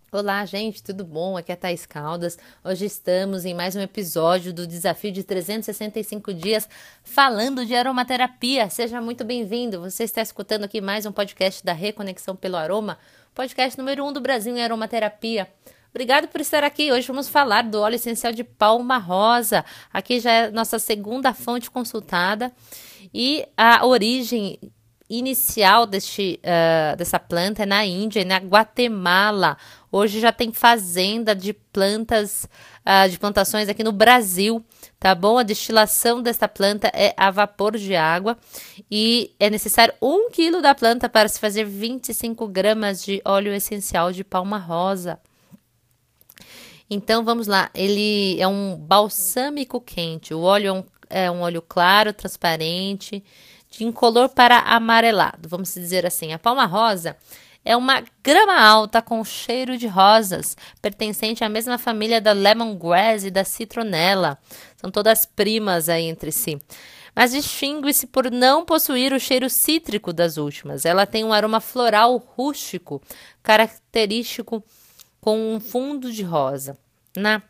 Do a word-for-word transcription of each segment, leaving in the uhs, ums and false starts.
Olá, gente, tudo bom? Aqui é a Thaís Caldas. Hoje estamos em mais um episódio do Desafio de trezentos e sessenta e cinco Dias falando de aromaterapia. Seja muito bem-vindo. Você está escutando aqui mais um podcast da Reconexão pelo Aroma, podcast número um do Brasil em aromaterapia. Obrigado por estar aqui. Hoje vamos falar do óleo essencial de palma rosa. Aqui já é a nossa segunda fonte consultada e a origem inicial deste, uh, dessa planta é na Índia e na Guatemala. Hoje já tem fazenda de plantas, uh, de plantações aqui no Brasil, tá bom? A destilação desta planta é a vapor de água e é necessário um quilo da planta para se fazer vinte e cinco gramas de óleo essencial de palma rosa. Então vamos lá, ele é um balsâmico quente. O óleo é um, é um óleo claro, transparente, de incolor para amarelado, vamos dizer assim. A palma rosa é uma grama alta com cheiro de rosas, pertencente à mesma família da lemongrass e da citronela. São todas primas aí entre si. Mas distingue-se por não possuir o cheiro cítrico das últimas. Ela tem um aroma floral rústico, característico com um fundo de rosa. Na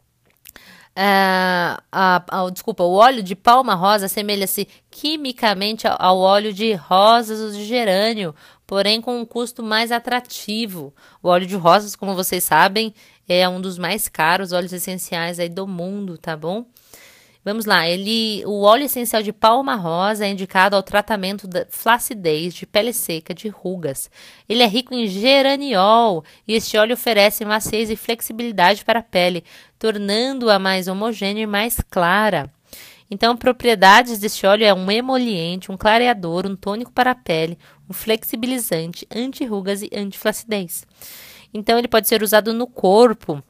Uh, a, a, desculpa, o óleo de palma rosa assemelha-se quimicamente ao, ao óleo de rosas ou de gerânio, porém com um custo mais atrativo. O óleo de rosas, como vocês sabem, é um dos mais caros óleos essenciais aí do mundo, tá bom? Vamos lá, ele, o óleo essencial de palma rosa é indicado ao tratamento da flacidez, de pele seca, de rugas. Ele é rico em geraniol e este óleo oferece maciez e flexibilidade para a pele, tornando-a mais homogênea e mais clara. Então, propriedades deste óleo é um emoliente, um clareador, um tônico para a pele, um flexibilizante, anti-rugas e anti-flacidez. Então, ele pode ser usado no corpo.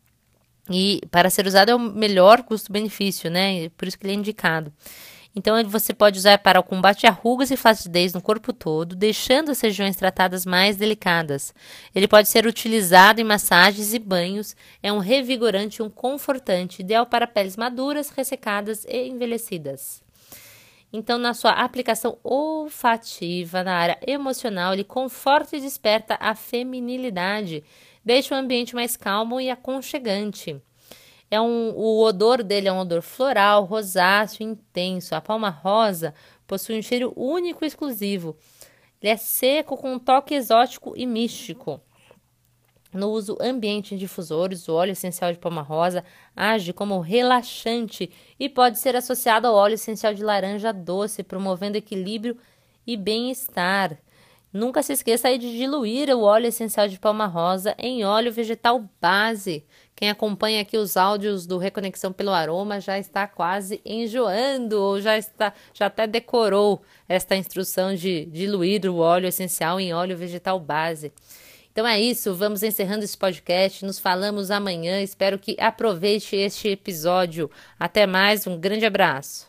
E para ser usado é o melhor custo-benefício, né? Por isso que ele é indicado. Então, você pode usar para o combate a rugas e flacidez no corpo todo, deixando as regiões tratadas mais delicadas. Ele pode ser utilizado em massagens e banhos. É um revigorante e um confortante, ideal para peles maduras, ressecadas e envelhecidas. Então, na sua aplicação olfativa, na área emocional, ele conforta e desperta a feminilidade. Deixa o ambiente mais calmo e aconchegante. É um, o odor dele é um odor floral, rosáceo, intenso. A palma rosa possui um cheiro único e exclusivo. Ele é seco com um toque exótico e místico. No uso ambiente em difusores, o óleo essencial de palma rosa age como relaxante e pode ser associado ao óleo essencial de laranja doce, promovendo equilíbrio e bem-estar. Nunca se esqueça aí de diluir o óleo essencial de palma rosa em óleo vegetal base. Quem acompanha aqui os áudios do Reconexão pelo Aroma já está quase enjoando ou já está, já até decorou esta instrução de diluir o óleo essencial em óleo vegetal base. Então é isso, vamos encerrando esse podcast, nos falamos amanhã, espero que aproveite este episódio. Até mais, um grande abraço.